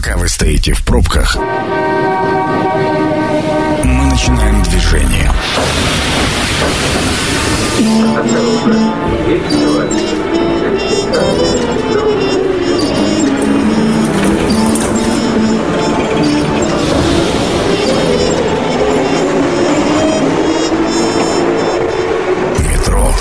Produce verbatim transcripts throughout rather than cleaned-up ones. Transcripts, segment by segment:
Пока вы стоите в пробках, мы начинаем движение. Метро.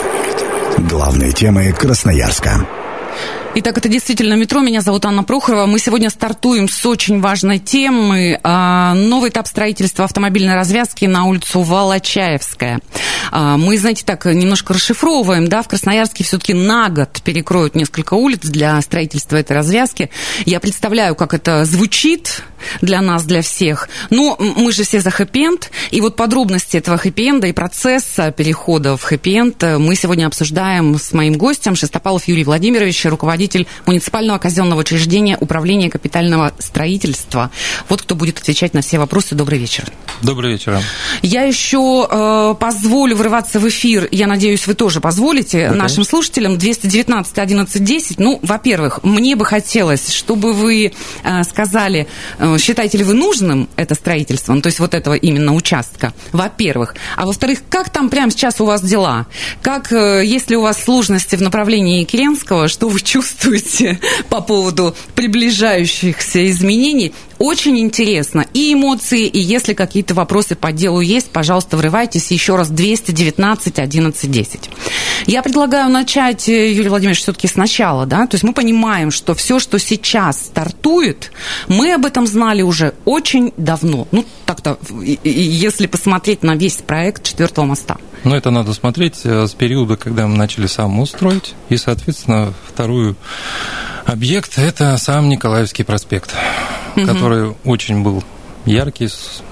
Главные темы Красноярска. Итак, это действительно метро. Меня зовут Анна Прохорова. Мы сегодня стартуем с очень важной темы. Новый этап строительства автомобильной развязки на улицу Волочаевская. Мы, знаете, так немножко расшифровываем, да, в Красноярске все-таки на год перекроют несколько улиц для строительства этой развязки. Я представляю, как это звучит для нас, для всех. Но мы же все за хэппи-энд. И вот подробности этого хэппи-энда и процесса перехода в хэппи-энд мы сегодня обсуждаем с моим гостем. Шестопалов Юрий Владимирович, руководитель муниципального казенного учреждения Управления капитального строительства. Вот кто будет отвечать на все вопросы. Добрый вечер. Добрый вечер. Я еще э, позволю врываться в эфир. Я надеюсь, вы тоже позволите okay. нашим слушателям. двести девятнадцать одиннадцать десять. Ну, во-первых, мне бы хотелось, чтобы вы э, сказали, э, считаете ли вы нужным это строительство, ну, то есть вот этого именно участка, во-первых. А во-вторых, как там прямо сейчас у вас дела? Как, э, есть ли у вас сложности в направлении Керенского? Что вы чувствуете по поводу приближающихся изменений? Очень интересно. И эмоции, и если какие-то вопросы по делу есть, пожалуйста, врывайтесь. Еще раз, двести девятнадцать одиннадцать десять. Я предлагаю начать, Юрий Владимирович, все-таки сначала, да? То есть мы понимаем, что все, что сейчас стартует, мы об этом знали уже очень давно. Ну, так-то, если посмотреть на весь проект четвертого моста. Ну, это надо смотреть с периода, когда мы начали сам мост строить. И, соответственно, второй объект – это сам Николаевский проспект, угу. который очень был яркий,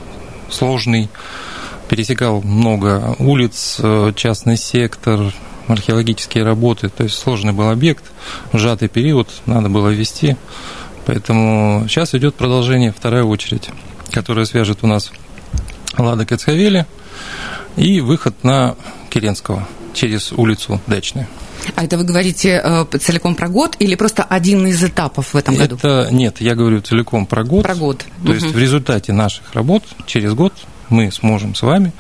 сложный, пересекал много улиц, частный сектор, археологические работы. То есть сложный был объект, сжатый период, надо было ввести. Поэтому сейчас идет продолжение, вторая очередь, которая свяжет у нас Ладога-Кацхавели и выход на Керенского через улицу Дачная. А это вы говорите э, целиком про год или просто один из этапов в этом году? Это, нет, я говорю целиком про год. Про год. То угу. есть в результате наших работ через год мы сможем с вами,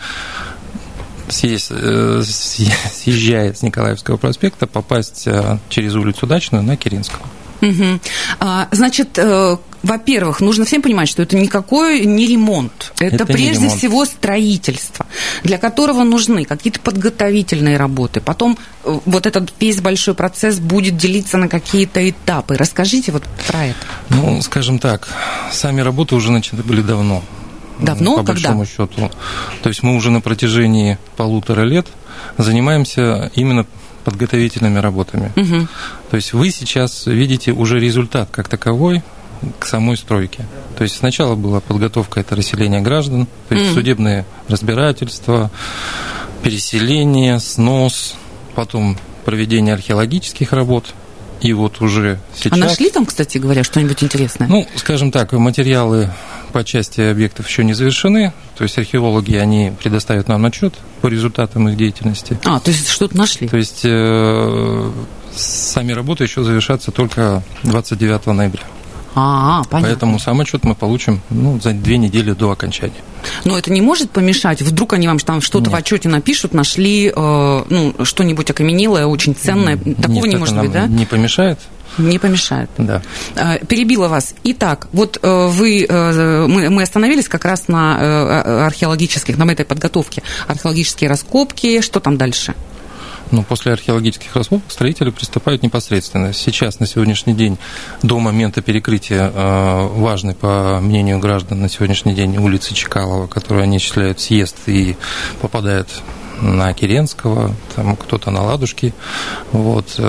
съезд, э, съезжая с Николаевского проспекта, попасть э, через улицу Дачную на Керенского. Угу. А, значит, э, во-первых, нужно всем понимать, что это никакой не ремонт. Это, это прежде ремонт. всего строительство, для которого нужны какие-то подготовительные работы. Потом э, вот этот весь большой процесс будет делиться на какие-то этапы. Расскажите вот про это. Ну, скажем так, сами работы уже начаты были давно. Давно? По Когда? большому счету. То есть мы уже на протяжении полутора лет занимаемся именно подготовительными работами. Угу. То есть вы сейчас видите уже результат как таковой к самой стройке. То есть сначала была подготовка, это расселение граждан, то есть угу. судебные разбирательства, переселение, снос, потом проведение археологических работ. И вот уже сейчас... А нашли там, кстати говоря, что-нибудь интересное? Ну, скажем так, материалы по части объектов еще не завершены. То есть археологи, они предоставят нам отчет по результатам их деятельности. А, то есть что-то нашли? То есть э, сами работы еще завершатся только двадцать девятого ноября. А, понятно. Поэтому сам отчет мы получим ну, за две недели до окончания. Но это не может помешать? Вдруг они вам там что-то Нет. в отчете напишут, нашли э, ну, что-нибудь окаменелое, очень ценное. Такого Нет, не может быть, да? Не помешает. Не помешает. Да. Перебила вас. Итак, вот вы, мы, мы остановились как раз на археологических, на этой подготовке. Археологические раскопки, что там дальше? Ну, после археологических раскопок строители приступают непосредственно. Сейчас, на сегодняшний день, до момента перекрытия, важны, по мнению граждан, на сегодняшний день улицы Чекалова, которые они осуществляют съезд и попадают на Керенского, там кто-то на Ладушки. Вот.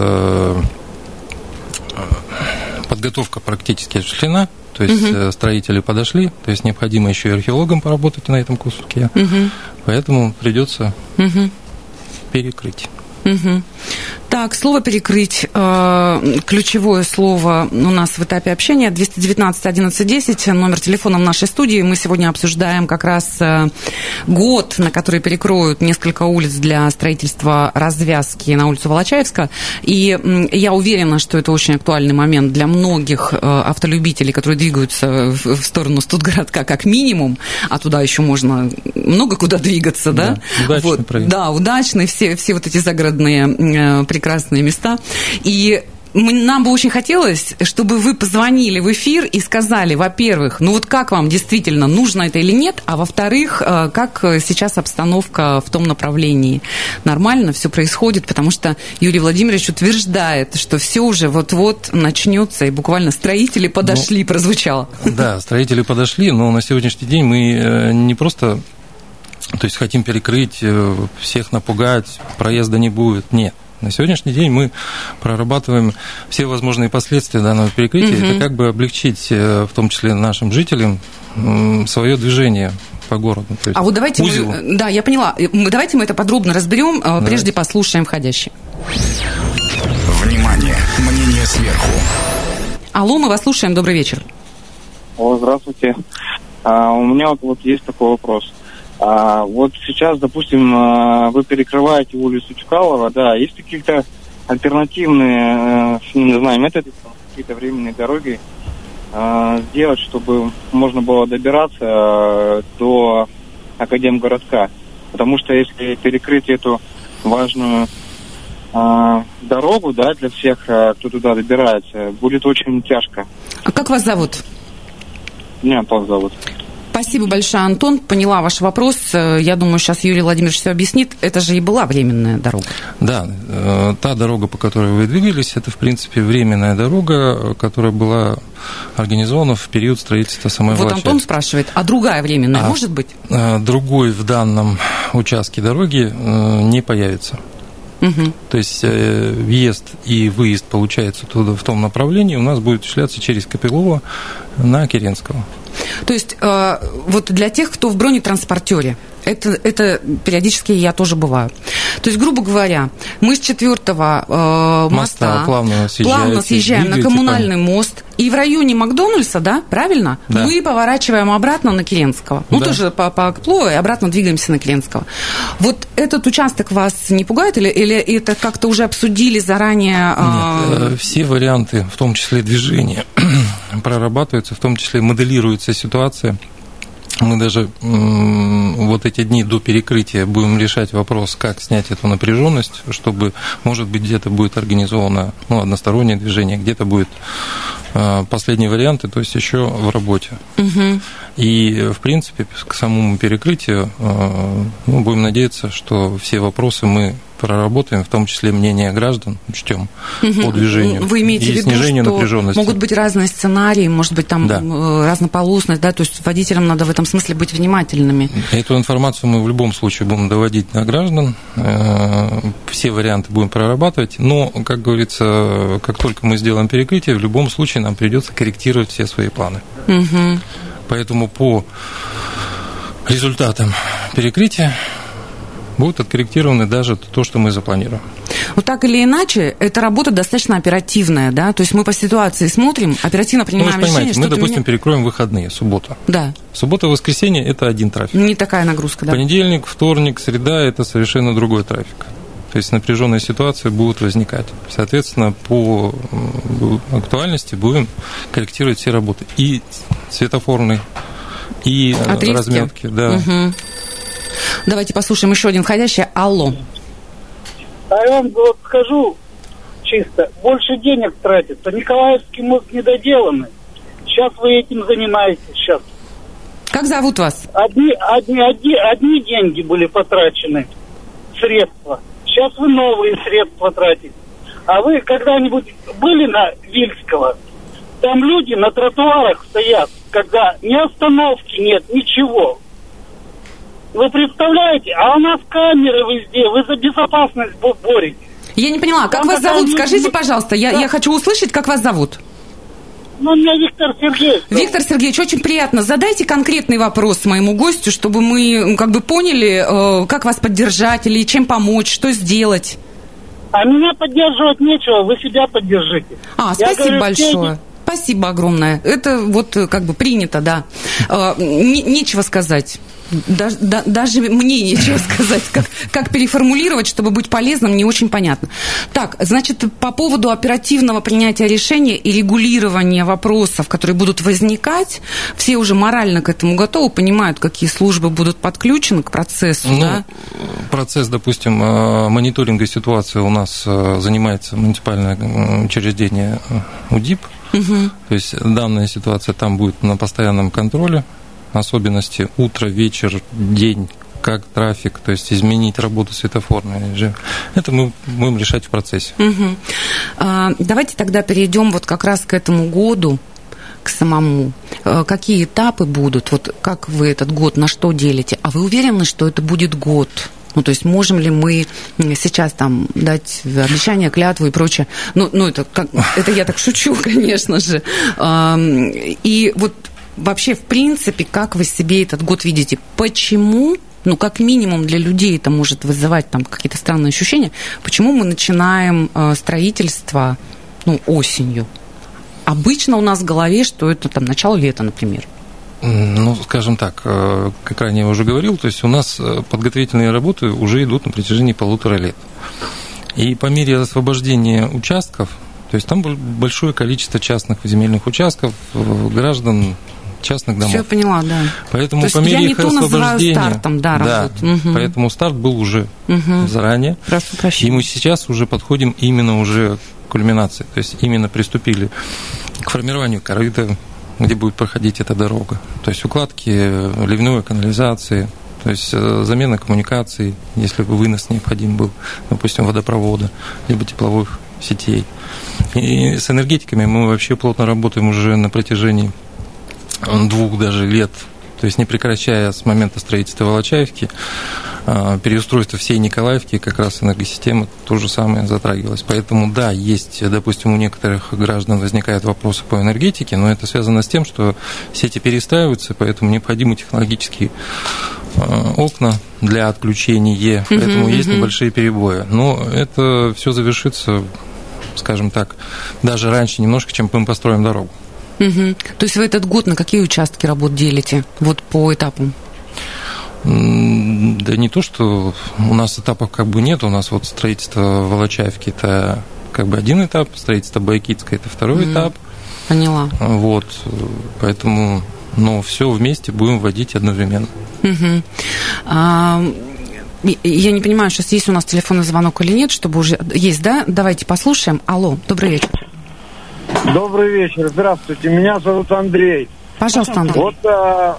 Подготовка практически осуществлена, то есть угу. строители подошли, то есть необходимо еще и археологам поработать на этом куске, угу. поэтому придется угу. перекрыть. Угу. Так, слово «перекрыть». Ключевое слово у нас в этапе общения. двести девятнадцать одиннадцать десять, номер телефона в нашей студии. Мы сегодня обсуждаем как раз год, на который перекроют несколько улиц для строительства развязки на улицу Волочаевска. И я уверена, что это очень актуальный момент для многих автолюбителей, которые двигаются в сторону Студгородка как минимум, а туда еще можно много куда двигаться, да? Да, удачный вот, проект. Да, удачный, все, все вот эти загородные прекрасные места. И нам бы очень хотелось, чтобы вы позвонили в эфир и сказали, во-первых, ну вот как вам действительно, нужно это или нет, а во-вторых, как сейчас обстановка в том направлении. Нормально все происходит, потому что Юрий Владимирович утверждает, что все уже вот-вот начнется, и буквально строители подошли, ну, прозвучало. Да, строители подошли, но на сегодняшний день мы не просто, то есть хотим перекрыть, всех напугать, проезда не будет, нет. На сегодняшний день мы прорабатываем все возможные последствия данного перекрытия. Mm-hmm. Это как бы облегчить, в том числе нашим жителям, свое движение по городу. То есть а вот давайте мы, да, я поняла. Давайте мы это подробно разберем. Давайте. Прежде послушаем входящий. Внимание! Мнение сверху. Алло, мы вас слушаем. Добрый вечер. О, здравствуйте. А, у меня вот, вот есть такой вопрос. А, вот сейчас, допустим, вы перекрываете улицу Чкалова, да, есть какие-то альтернативные, не знаю, методы, какие-то временные дороги сделать, чтобы можно было добираться до Академгородка? Потому что если перекрыть эту важную дорогу, да, для всех, кто туда добирается, будет очень тяжко. А как вас зовут? Меня Антон зовут. Спасибо большое, Антон. Поняла ваш вопрос. Я думаю, сейчас Юрий Владимирович все объяснит. Это же и была временная дорога. Да, та дорога, по которой вы двигались, это, в принципе, временная дорога, которая была организована в период строительства самой Вот Волочаевки. Антон спрашивает, а другая временная а может быть? Другой в данном участке дороги не появится. Угу. То есть въезд и выезд, получается, туда, в том направлении у нас будет осуществляться через Копылова на Керенского. То есть вот для тех, кто в бронетранспортере, это, это периодически я тоже бываю. То есть, грубо говоря, мы с четвертого э, моста, моста плавно, плавно съезжаем на коммунальный по... мост, и в районе Макдональдса, да, правильно, да, мы поворачиваем обратно на Керенского. Ну, да, тоже по, по Кпло и обратно двигаемся на Керенского. Вот этот участок вас не пугает, или, или это как-то уже обсудили заранее? Э... Нет, все варианты, в том числе движения, прорабатываются, в том числе моделируется ситуация. Мы даже вот эти дни до перекрытия будем решать вопрос, как снять эту напряженность, чтобы, может быть, где-то будет организовано, ну, одностороннее движение, где-то будет последние варианты, то есть еще в работе. Угу. И, в принципе, к самому перекрытию, ну, будем надеяться, что все вопросы мы проработаем, в том числе мнение граждан, учтем угу. по движению. Вы имеете и в виду, снижению что напряженности. Могут быть разные сценарии, может быть, там да. разнополосность, да, то есть водителям надо в этом смысле быть внимательными. Эту информацию мы в любом случае будем доводить на граждан, все варианты будем прорабатывать, но, как говорится, как только мы сделаем перекрытие, в любом случае нам придется корректировать все свои планы. Угу. Поэтому по результатам перекрытия будет откорректировано даже то, что мы запланировали. Ну, так или иначе, эта работа достаточно оперативная, да? То есть мы по ситуации смотрим, оперативно принимаем ну, решение. Мы, допустим, меня... перекроем выходные, суббота. Да. Суббота и воскресенье – это один трафик. Не такая нагрузка, да. Понедельник, вторник, среда – это совершенно другой трафик. То есть напряженные ситуации будут возникать. Соответственно, по актуальности будем корректировать все работы. И светофорные, и отрезки, разметки. Да. Угу. Давайте послушаем еще один входящий. Алло. А я вам вот скажу чисто, больше денег тратится. Николаевский мост недоделанный. Сейчас вы этим занимаетесь сейчас. Как зовут вас? Одни, одни, одни, одни деньги были потрачены, средства. Сейчас вы новые средства тратите. А вы когда-нибудь были на Вильского? Там люди на тротуарах стоят, когда ни остановки нет, ничего. Вы представляете? А у нас камеры везде, вы за безопасность боретесь. Я не поняла, как Там вас зовут? Люди... Скажите, пожалуйста, я, да. я хочу услышать, как вас зовут. Ну, меня Виктор Сергеевич. Виктор Сергеевич, очень приятно. Задайте конкретный вопрос моему гостю, чтобы мы как бы поняли, как вас поддержать или чем помочь, что сделать. А меня поддерживать нечего, вы себя поддержите. А, Я спасибо говорю, большое. Спасибо огромное. Это вот как бы принято, да. Нечего сказать. Даже, да, даже мне нечего сказать, как, как переформулировать, чтобы быть полезным, не очень понятно. Так, значит, по поводу оперативного принятия решения и регулирования вопросов, которые будут возникать, все уже морально к этому готовы, понимают, какие службы будут подключены к процессу, ну, да? Процесс, допустим, мониторинга ситуации у нас занимается муниципальное учреждение УДИП, угу. То есть данная ситуация там будет на постоянном контроле. Особенности утро, вечер, день, как трафик, то есть изменить работу светофорного режима. Это мы будем решать в процессе. Угу. А, давайте тогда перейдем вот как раз к этому году, к самому. Какие этапы будут? Вот как вы этот год на что делите? А вы уверены, что это будет год? Ну, то есть можем ли мы сейчас там дать обещания, клятву и прочее? Ну, ну это, как, это я так шучу, конечно же. И вот вообще, в принципе, как вы себе этот год видите? Почему, ну, как минимум для людей это может вызывать там какие-то странные ощущения, почему мы начинаем э, строительство, ну, осенью? Обычно у нас в голове, что это там начало лета, например. Ну, скажем так, как ранее я уже говорил, то есть у нас подготовительные работы уже идут на протяжении полутора лет. И по мере освобождения участков, то есть там большое количество частных земельных участков, граждан, частных домов. Все, я поняла, да. Поэтому то по мере я их не освобождения... стартом, да, да, угу. Поэтому старт был уже угу. заранее. Прошу прощения. И мы сейчас уже подходим именно уже к кульминации. То есть именно приступили к формированию корыта, где будет проходить эта дорога. То есть укладки ливневой канализации, то есть замена коммуникаций, если бы вынос необходим был, допустим, водопровода, либо тепловых сетей. И с энергетиками мы вообще плотно работаем уже на протяжении двух даже лет, то есть не прекращая с момента строительства Волочаевки, переустройство всей Николаевки, как раз энергосистема то же самое затрагивалась. Поэтому, да, есть, допустим, у некоторых граждан возникают вопросы по энергетике, но это связано с тем, что сети перестраиваются, поэтому необходимы технологические окна для отключения, поэтому uh-huh, есть uh-huh. небольшие перебои. Но это все завершится, скажем так, даже раньше немножко, чем мы построим дорогу. Угу. То есть вы этот год на какие участки работ делите? Вот по этапам? Да не то, что у нас этапов как бы нет. У нас вот строительство Волочаевки – это как бы один этап, строительство Байкитска – это второй mm. этап. Поняла. Вот, поэтому, ну, все вместе будем вводить одновременно. Угу. А... Я не понимаю, сейчас есть у нас телефонный звонок или нет, чтобы уже... Есть, да? Давайте послушаем. Алло, добрый вечер. Добрый вечер, здравствуйте. Меня зовут Андрей. Пожалуйста, Андрей. Вот а,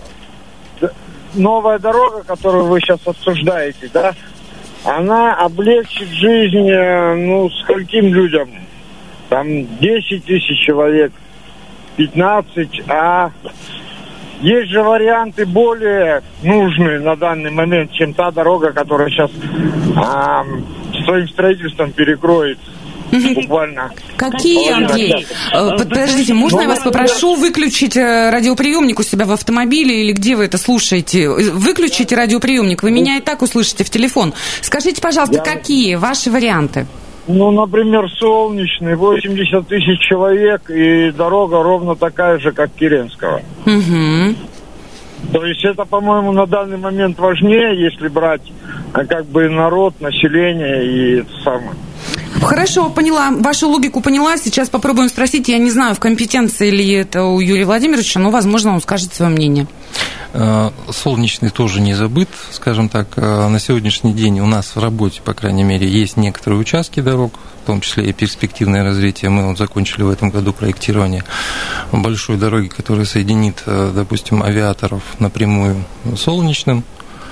новая дорога, которую вы сейчас обсуждаете, да, она облегчит жизнь, ну, скольким людям? Там десять тысяч человек, пятнадцать, а есть же варианты более нужные на данный момент, чем та дорога, которая сейчас а, своим строительством перекроет. Буквально. Какие, Андрей? Подождите, можно я вас попрошу выключить радиоприемник у себя в автомобиле или где вы это слушаете? Выключите радиоприемник, вы меня и так услышите в телефон. Скажите, пожалуйста, я... какие ваши варианты? Ну, например, Солнечный, восемьдесят тысяч человек, и дорога ровно такая же, как Керенского. Угу. То есть это, по-моему, на данный момент важнее, если брать как бы народ, население и это самое. Хорошо, поняла. Вашу логику поняла. Сейчас попробуем спросить. Я не знаю, в компетенции ли это у Юрия Владимировича, но, возможно, он скажет свое мнение. Солнечный тоже не забыт, скажем так. На сегодняшний день у нас в работе, по крайней мере, есть некоторые участки дорог, в том числе и перспективное развитие. Мы вот закончили в этом году проектирование большой дороги, которая соединит, допустим, авиаторов напрямую с Солнечным.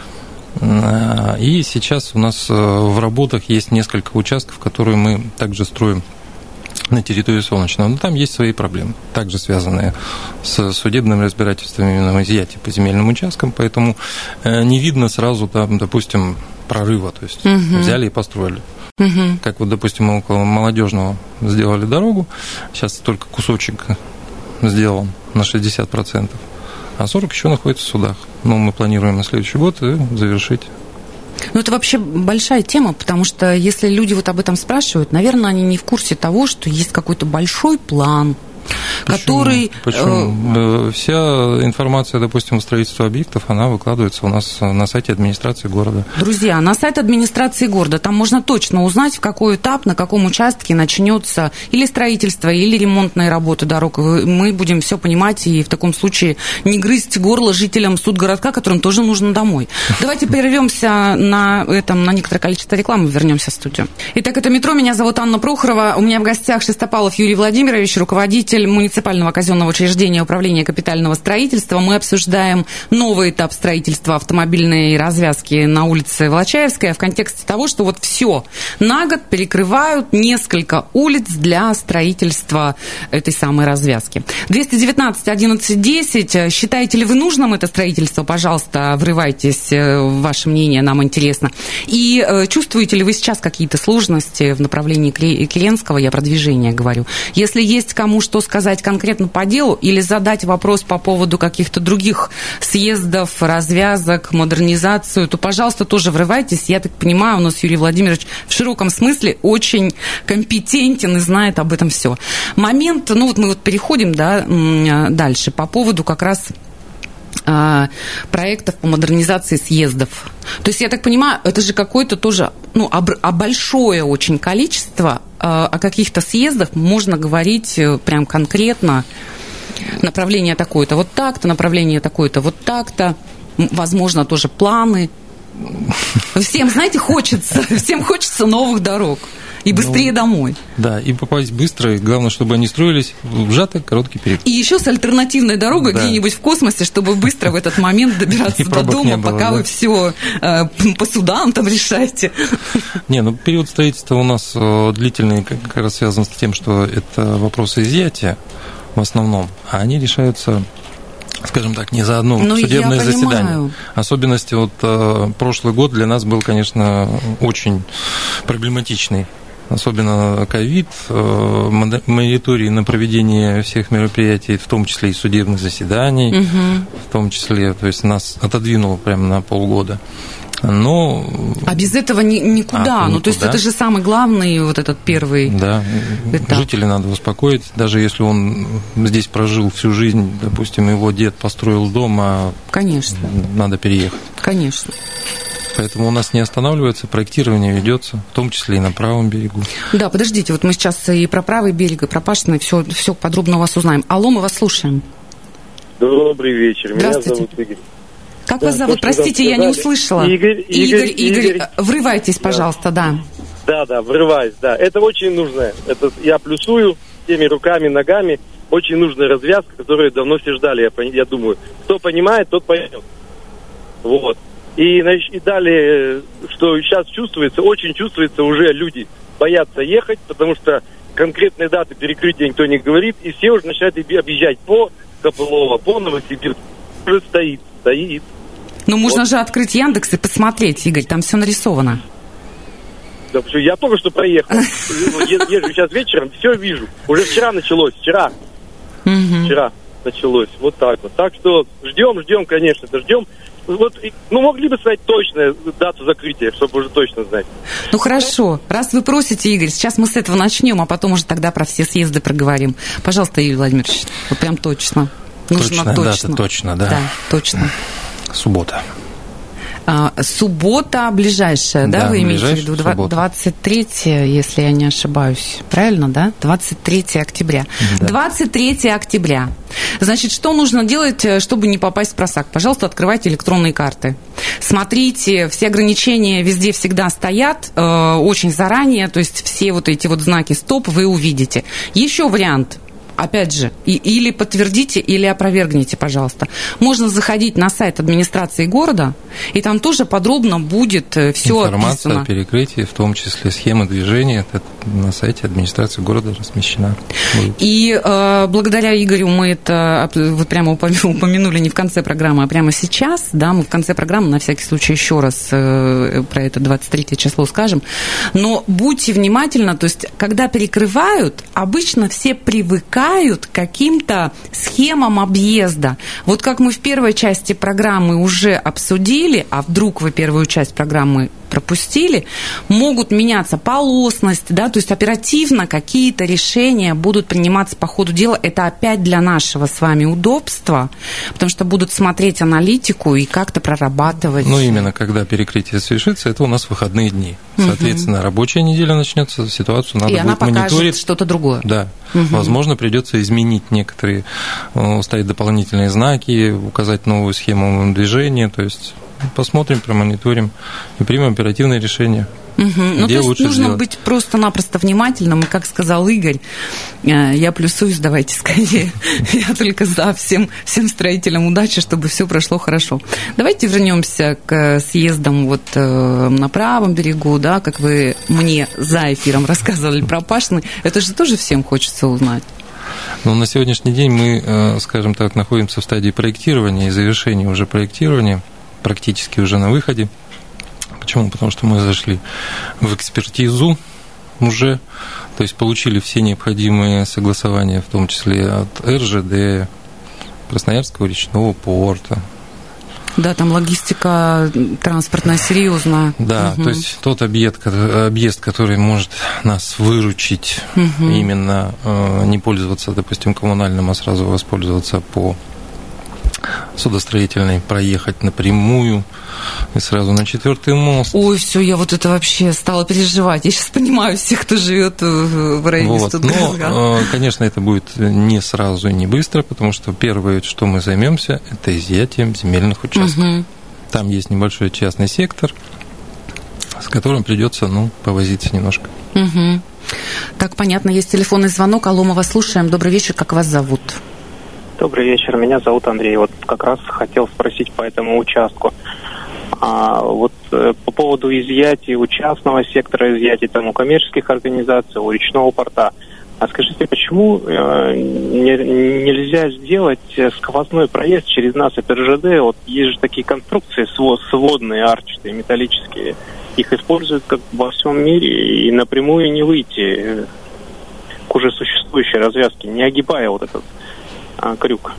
И сейчас у нас в работах есть несколько участков, которые мы также строим на территории Солнечного. Но там есть свои проблемы, также связанные с судебным разбирательством именно изъятия по земельным участкам, поэтому не видно сразу, там, допустим, прорыва, то есть угу. взяли и построили. Угу. Как вот, допустим, мы около Молодежного сделали дорогу, сейчас только кусочек сделан на шестьдесят процентов. А сорок еще находится в судах. Но мы планируем на следующий год завершить. Ну, это вообще большая тема, потому что если люди вот об этом спрашивают, наверное, они не в курсе того, что есть какой-то большой план, Почему? который... Почему? Вся информация, допустим, о строительстве объектов, она выкладывается у нас на сайте администрации города. Друзья, на сайт администрации города, там можно точно узнать, в какой этап, на каком участке начнется или строительство, или ремонтные работы дорог. Мы будем все понимать и в таком случае не грызть горло жителям судгородка, которым тоже нужно домой. Давайте прервемся на этом, на некоторое количество рекламы, вернемся в студию. Итак, это «Метро», меня зовут Анна Прохорова, у меня в гостях Шестопалов Юрий Владимирович, руководитель муниципального казенного учреждения управления капитального строительства. Мы обсуждаем новый этап строительства автомобильной развязки на улице Волочаевская в контексте того, что вот все на год перекрывают несколько улиц для строительства этой самой развязки. двести девятнадцать одиннадцать десять. Считаете ли вы нужным это строительство? Пожалуйста, врывайтесь. Ваше мнение нам интересно. И чувствуете ли вы сейчас какие-то сложности в направлении Киленского? Я про движение говорю. Если есть кому что сказать конкретно по делу или задать вопрос по поводу каких-то других съездов, развязок, модернизацию, то, пожалуйста, тоже врывайтесь. Я так понимаю, у нас Юрий Владимирович в широком смысле очень компетентен и знает об этом все. Момент, ну вот мы вот переходим, да, дальше по поводу как раз проектов по модернизации съездов. То есть, я так понимаю, это же какое-то тоже, ну, а большое очень количество, о каких-то съездах можно говорить прям конкретно. Направление такое-то вот так-то, направление такое-то вот так-то, возможно, тоже планы. Всем, знаете, хочется, всем хочется новых дорог. И быстрее ну, домой. Да, и попасть быстро, и главное, чтобы они строились в сжатый короткий период. И еще с альтернативной дорогой да. где-нибудь в космосе, чтобы быстро в этот момент добираться до дома, было, пока да. вы все э, по судам там решаете. Не, ну период строительства у нас длительный, как раз связан с тем, что это вопросы изъятия в основном, а они решаются, скажем так, не за одно Но судебное заседание. Особенности вот э, прошлый год для нас был, конечно, очень проблематичный. Особенно ковид, мониторинг на проведение всех мероприятий, в том числе и судебных заседаний, угу. в том числе, то есть нас отодвинуло прямо на полгода. Но... А без этого ни, никуда. А, ну, никуда. То есть это же самый главный вот этот первый да. этап. Жителей надо успокоить. Даже если он здесь прожил всю жизнь, допустим, его дед построил дом, а Конечно. надо переехать. Конечно. Поэтому у нас не останавливается, проектирование ведется, в том числе и на правом берегу. Да, подождите, вот мы сейчас и про правый берег, и про Пашино, все, все подробно у вас узнаем. Алло, мы вас слушаем. Добрый вечер, меня зовут Игорь. Как да, вас зовут? Простите, я не услышала. Игорь, Игорь, Игорь, Игорь, врывайтесь, пожалуйста, да. Да, да, врываюсь, да. Это очень нужно. Это я плюсую теми руками, ногами. Очень нужная развязка, которую давно все ждали, я, я думаю. Кто понимает, тот поймет. Вот. И, значит, и далее, что сейчас чувствуется, очень чувствуется, уже люди боятся ехать, потому что конкретные даты перекрытия никто не говорит, и все уже начинают объезжать по Копылово, по Новосибирску. Уже стоит, стоит. Ну, можно вот. же открыть Яндекс и посмотреть, Игорь, там все нарисовано. Да, я только что проехал. Езжу сейчас вечером, все вижу. Уже вчера началось, вчера. Вчера началось, вот так вот. Так что ждем, ждем, конечно, ждем. Вот, ну, могли бы сказать точную дату закрытия, чтобы уже точно знать. Ну, хорошо. Раз вы просите, Игорь, сейчас мы с этого начнем, а потом уже тогда про все съезды проговорим. Пожалуйста, Юрий Владимирович, вот прям точно. Нужно Точная точно. дата, точно, да. Да, точно. Суббота. А, суббота ближайшая, да, да вы имеете в виду? двадцать третье, если я не ошибаюсь. Правильно, да? двадцать третье октября. Да. двадцать третье октября. Значит, что нужно делать, чтобы не попасть в просак? Пожалуйста, открывайте электронные карты. Смотрите, все ограничения везде всегда стоят э, очень заранее, то есть все вот эти вот знаки «стоп» вы увидите. Еще вариант. Опять же, и, или подтвердите, или опровергните, пожалуйста. Можно заходить на сайт администрации города, и там тоже подробно будет все Информация описано. о перекрытии, в том числе схемы движения. Это на сайте администрации города размещена. И э, благодаря Игорю мы это вот прямо упомянули не в конце программы, а прямо сейчас, да, мы в конце программы на всякий случай еще раз э, про это двадцать третье число скажем, но будьте внимательны, то есть когда перекрывают, обычно все привыкают к каким-то схемам объезда. Вот как мы в первой части программы уже обсудили, а вдруг вы первую часть программы пропустили, могут меняться полосность, да, то есть оперативно какие-то решения будут приниматься по ходу дела. Это опять для нашего с вами удобства, потому что будут смотреть аналитику и как-то прорабатывать. Ну, именно когда перекрытие совершится, это у нас выходные дни. Соответственно, угу. рабочая неделя начнется, ситуацию надо и будет мониторить. И она покажет что-то другое. Да. Угу. Возможно, придется изменить некоторые, уставить дополнительные знаки, указать новую схему движения, то есть посмотрим, промониторим и примем оперативное решение. Угу. Ну, то есть нужно сделать. быть просто-напросто внимательным. И, как сказал Игорь, я плюсуюсь, давайте скорее. Я только за всем, всем строителям удачи, чтобы все прошло хорошо. Давайте вернемся к съездам вот на правом берегу, да, как вы мне за эфиром рассказывали про Пашины. Это же тоже всем хочется узнать. Ну, на сегодняшний день мы, скажем так, находимся в стадии проектирования и завершения уже проектирования, практически уже на выходе. Почему? Потому что мы зашли в экспертизу уже, то есть получили все необходимые согласования, в том числе от эр жэ дэ, Красноярского речного порта. Да, там логистика транспортная серьезная. Да, угу. То есть тот объект, объезд, который может нас выручить, угу. именно не пользоваться, допустим, коммунальным, а сразу воспользоваться по судостроительной, проехать напрямую и сразу на четвертый мост. Ой, все, я вот это вообще стала переживать. Я сейчас понимаю всех, кто живет в районе вот. Студгородка. Но, конечно, это будет не сразу и не быстро, потому что первое, что мы займемся, это изъятием земельных участков. Угу. Там есть небольшой частный сектор, с которым придется, ну, повозиться немножко. Угу. Так, понятно, есть телефонный звонок. Алло, мы вас слушаем. Добрый вечер, как вас зовут? Добрый вечер, меня зовут Андрей. Вот как раз хотел спросить по этому участку. А, вот э, по поводу изъятия у частного сектора, изъятия там у коммерческих организаций, у речного порта. А скажите, почему э, не, нельзя сделать сквозной проезд через насыпь эр жэ дэ? Вот есть же такие конструкции сводные, арчатые, металлические. Их используют как во всем мире, и напрямую не выйти к уже существующей развязке, не огибая вот этот крюк.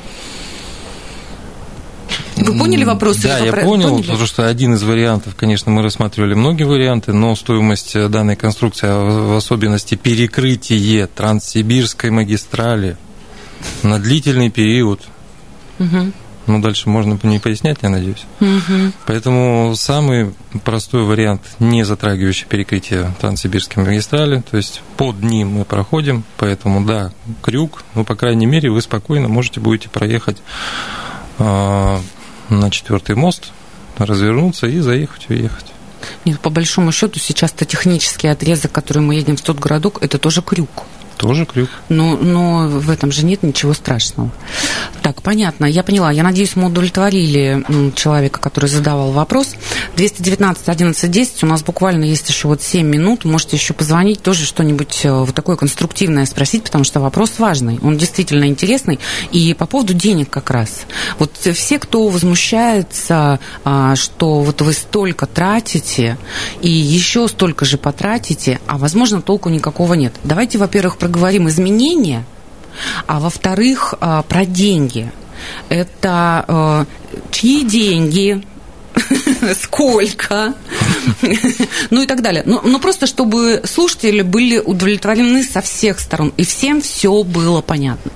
Вы поняли вопрос? Да, я понял, поняли? Потому что один из вариантов, конечно, мы рассматривали многие варианты, но стоимость данной конструкции, в особенности перекрытие Транссибирской магистрали на длительный период, угу. ну, дальше можно не пояснять, я надеюсь. Угу. Поэтому самый простой вариант, не затрагивающий перекрытие Транссибирской магистрали, то есть под ним мы проходим, поэтому, да, крюк, ну, по крайней мере, вы спокойно можете будете проехать э, на четвертый мост, развернуться и заехать, уехать. Нет, по большому счету сейчас-то технический отрезок, который мы едем в Студгородок, это тоже крюк. Тоже крюк. Но, но в этом же нет ничего страшного. Так, понятно, я поняла. Я надеюсь, мы удовлетворили человека, который задавал вопрос. двести девятнадцать одиннадцать десять, у нас буквально есть еще вот семь минут. Можете еще позвонить, тоже что-нибудь вот такое конструктивное спросить, потому что вопрос важный, он действительно интересный. И по поводу денег как раз. Вот все, кто возмущается, что вот вы столько тратите и еще столько же потратите, а, возможно, толку никакого нет. Давайте, во-первых, проговорим изменения, а во-вторых, про деньги. Это чьи деньги, сколько, ну и так далее. Ну, ну, просто чтобы слушатели были удовлетворены со всех сторон, и всем все было понятно.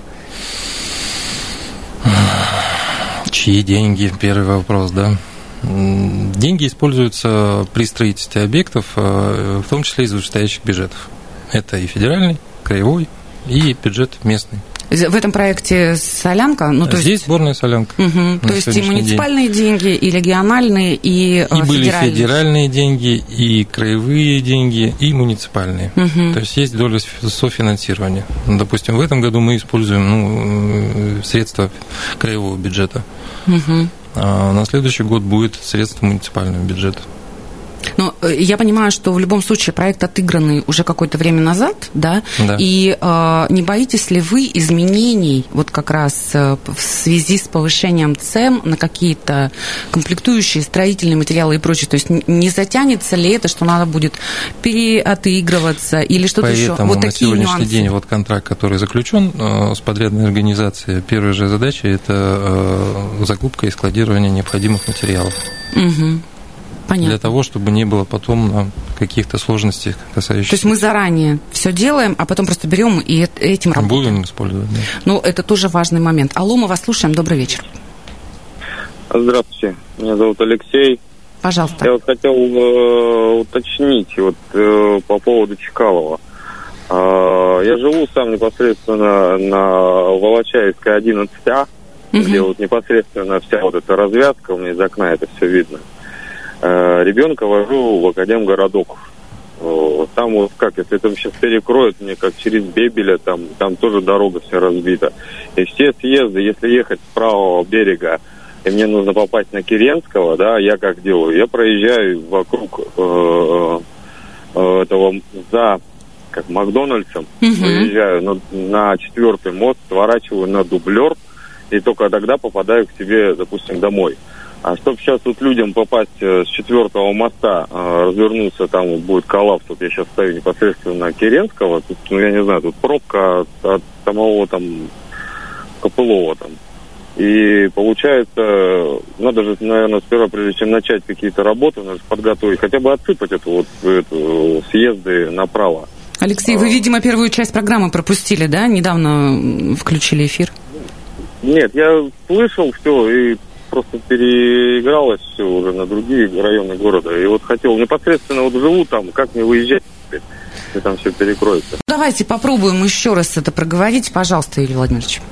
Чьи деньги? Первый вопрос, да. Деньги используются при строительстве объектов, в том числе из вышестоящих бюджетов. Это и федеральный, краевой, и бюджет местный. В этом проекте солянка? Ну, то Здесь есть... сборная солянка. Угу. То есть и муниципальные день. деньги, и региональные, и, и федеральные. И были федеральные деньги, и краевые деньги, и муниципальные. Угу. То есть есть доля софинансирования. Допустим, в этом году мы используем ну, средства краевого бюджета. Угу. А на следующий год будет средства муниципального бюджета. Но я понимаю, что в любом случае проект отыгранный уже какое-то время назад, да? Да. И э, не боитесь ли вы изменений вот как раз э, в связи с повышением цен на какие-то комплектующие, строительные материалы и прочее? То есть не затянется ли это, что надо будет переотыгрываться или что-то Поэтому еще? Вот на такие сегодняшний нюансы. день вот контракт, который заключен э, с подрядной организацией, первая же задача – это э, закупка и складирование необходимых материалов. Угу. Понятно. Для того, чтобы не было потом каких-то сложностей, касающихся... То есть мы заранее все делаем, а потом просто берем и этим работаем. Будем использовать, да. Ну, это тоже важный момент. Алло, мы вас слушаем. Добрый вечер. Здравствуйте. Меня зовут Алексей. Пожалуйста. Я вот хотел э, уточнить вот, э, по поводу Чкалова. Э, я живу сам непосредственно на Волочаевской одиннадцать А, угу. где вот непосредственно вся вот эта развязка, у меня из окна это все видно. Ребенка вожу в Академгородок. Там вот как, если там сейчас перекроют мне как через Бебеля, там, там тоже дорога вся разбита. И все съезды, если ехать с правого берега, и мне нужно попасть на Керенского, да, я как делаю? Я проезжаю вокруг э, э, этого за как Макдональдсом, uh-huh. проезжаю на, на четвертый мост, сворачиваю на дублер, и только тогда попадаю к себе, допустим, домой. А чтобы сейчас вот людям попасть с четвертого моста, э, развернуться, там вот будет коллапс, вот я сейчас стою непосредственно на Керенского, тут, ну я не знаю, тут пробка от, от самого там Копылова там. И получается, надо же, наверное, сперва, прежде чем начать какие-то работы, надо подготовить, хотя бы отсыпать эту вот эту, съезды направо. Алексей, вы, видимо, первую часть программы пропустили, да? Недавно включили эфир. Нет, я слышал все и просто переигралось все уже на другие районы города. И вот хотел, непосредственно вот живу там, как мне выезжать, если там все перекроется. Давайте попробуем еще раз это проговорить, пожалуйста, Юрий Владимирович.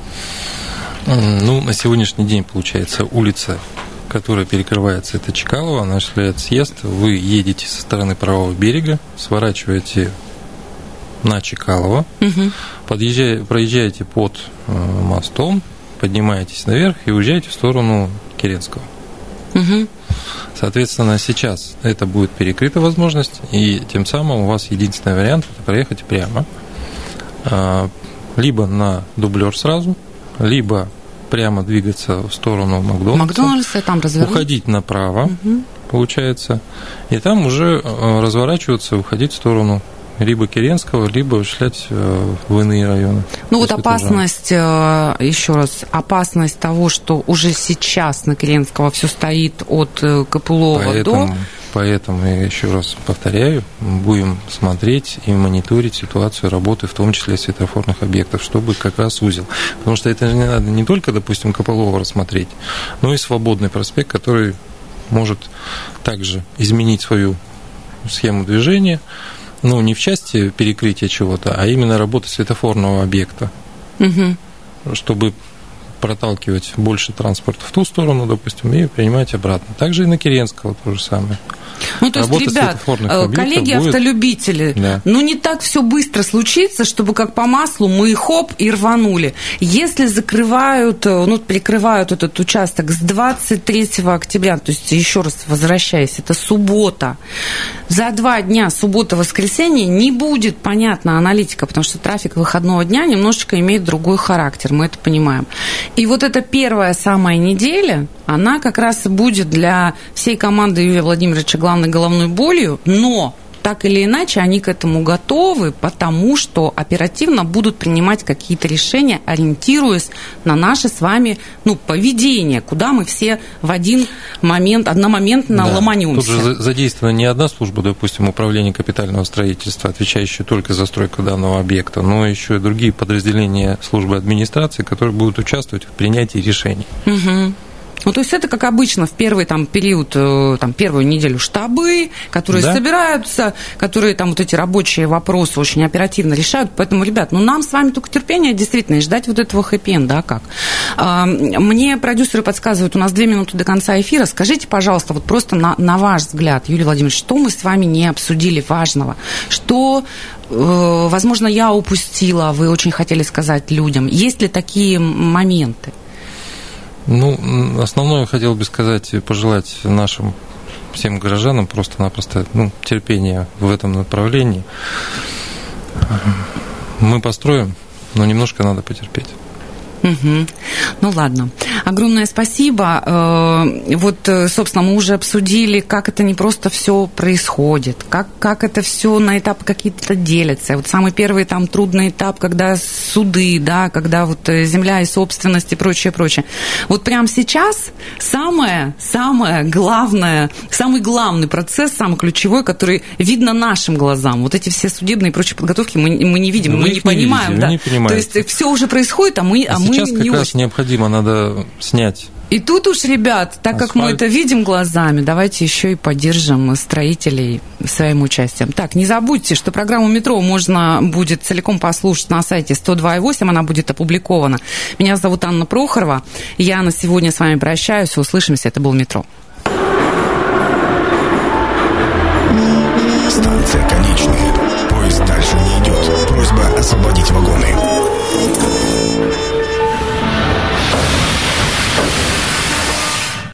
Ну, на сегодняшний день, получается, улица, которая перекрывается, это Чкалова, она осуществляет съезд. Вы едете со стороны правого берега, сворачиваете на Чкалова, угу. подъезжаете, проезжаете под э, мостом, поднимаетесь наверх и уезжаете в сторону Керенского. Угу. Соответственно, сейчас это будет перекрыта возможность, и тем самым у вас единственный вариант – это проехать прямо, либо на дублер сразу, либо прямо двигаться в сторону Макдональдса, Макдональдса там развернуть. Уходить направо, угу. получается, и там уже разворачиваться, уходить в сторону либо Керенского, либо осуществлять в иные районы. Ну вот опасность, еще раз, опасность того, что уже сейчас на Керенского все стоит от Копылова поэтому, до... Поэтому, я еще раз повторяю, будем смотреть и мониторить ситуацию работы, в том числе светофорных объектов, чтобы как раз узел. Потому что это не надо не только, допустим, Копылова рассмотреть, но и Свободный проспект, который может также изменить свою схему движения, ну, не в части перекрытия чего-то, а именно работы светофорного объекта, угу. чтобы проталкивать больше транспорта в ту сторону, допустим, и принимать обратно. Также и на Керенского то же самое. Ну, то есть, работа ребят, коллеги будет... автолюбители, да. ну, не так все быстро случится, чтобы как по маслу мы хоп и рванули. Если закрывают, ну, перекрывают этот участок с двадцать третьего октября, то есть, еще раз возвращаясь, это суббота, за два дня, суббота-воскресенье, не будет понятна аналитика, потому что трафик выходного дня немножечко имеет другой характер, мы это понимаем. И вот эта первая самая неделя, она как раз и будет для всей команды Юрия Владимировича главной головной болью, но так или иначе они к этому готовы, потому что оперативно будут принимать какие-то решения, ориентируясь на наше с вами ну, поведение, куда мы все в один момент, одномоментно да. ломанемся. Тут же задействована не одна служба, допустим, управления капитального строительства, отвечающая только за стройку данного объекта, но еще и другие подразделения службы администрации, которые будут участвовать в принятии решений. Угу. Ну, то есть это, как обычно, в первый там, период, там, первую неделю штабы, которые да. собираются, которые там вот эти рабочие вопросы очень оперативно решают. Поэтому, ребят, ну, нам с вами только терпение действительно и ждать вот этого хэппи-энда, а как? Мне продюсеры подсказывают, у нас две минуты до конца эфира. Скажите, пожалуйста, вот просто на, на ваш взгляд, Юрий Владимирович, что мы с вами не обсудили важного? Что... Возможно, я упустила, вы очень хотели сказать людям. Есть ли такие моменты? Ну, основное хотел бы сказать, пожелать нашим всем горожанам просто-напросто ну, терпение в этом направлении. Мы построим, но немножко надо потерпеть. Угу. Ну ладно. Огромное спасибо. Вот, собственно, мы уже обсудили, как это не просто все происходит, как, как это все на этапы какие-то делятся. Вот самый первый там трудный этап, когда суды, да, когда вот земля и собственность и прочее, прочее. Вот прямо сейчас самое, самое главное, самый главный процесс, самый ключевой, который видно нашим глазам. Вот эти все судебные и прочие подготовки мы, мы не видим, вы мы не понимаем. Не видите, да. То есть все уже происходит, а мы, а мы сейчас не как раз очень. Необходимо, надо снять. И тут уж, ребят, так Асфальт. как мы это видим глазами, давайте еще и поддержим строителей своим участием. Так, не забудьте, что программу «Метро» можно будет целиком послушать на сайте сто два и восемь, она будет опубликована. Меня зовут Анна Прохорова, я на сегодня с вами прощаюсь, услышимся, это был «Метро».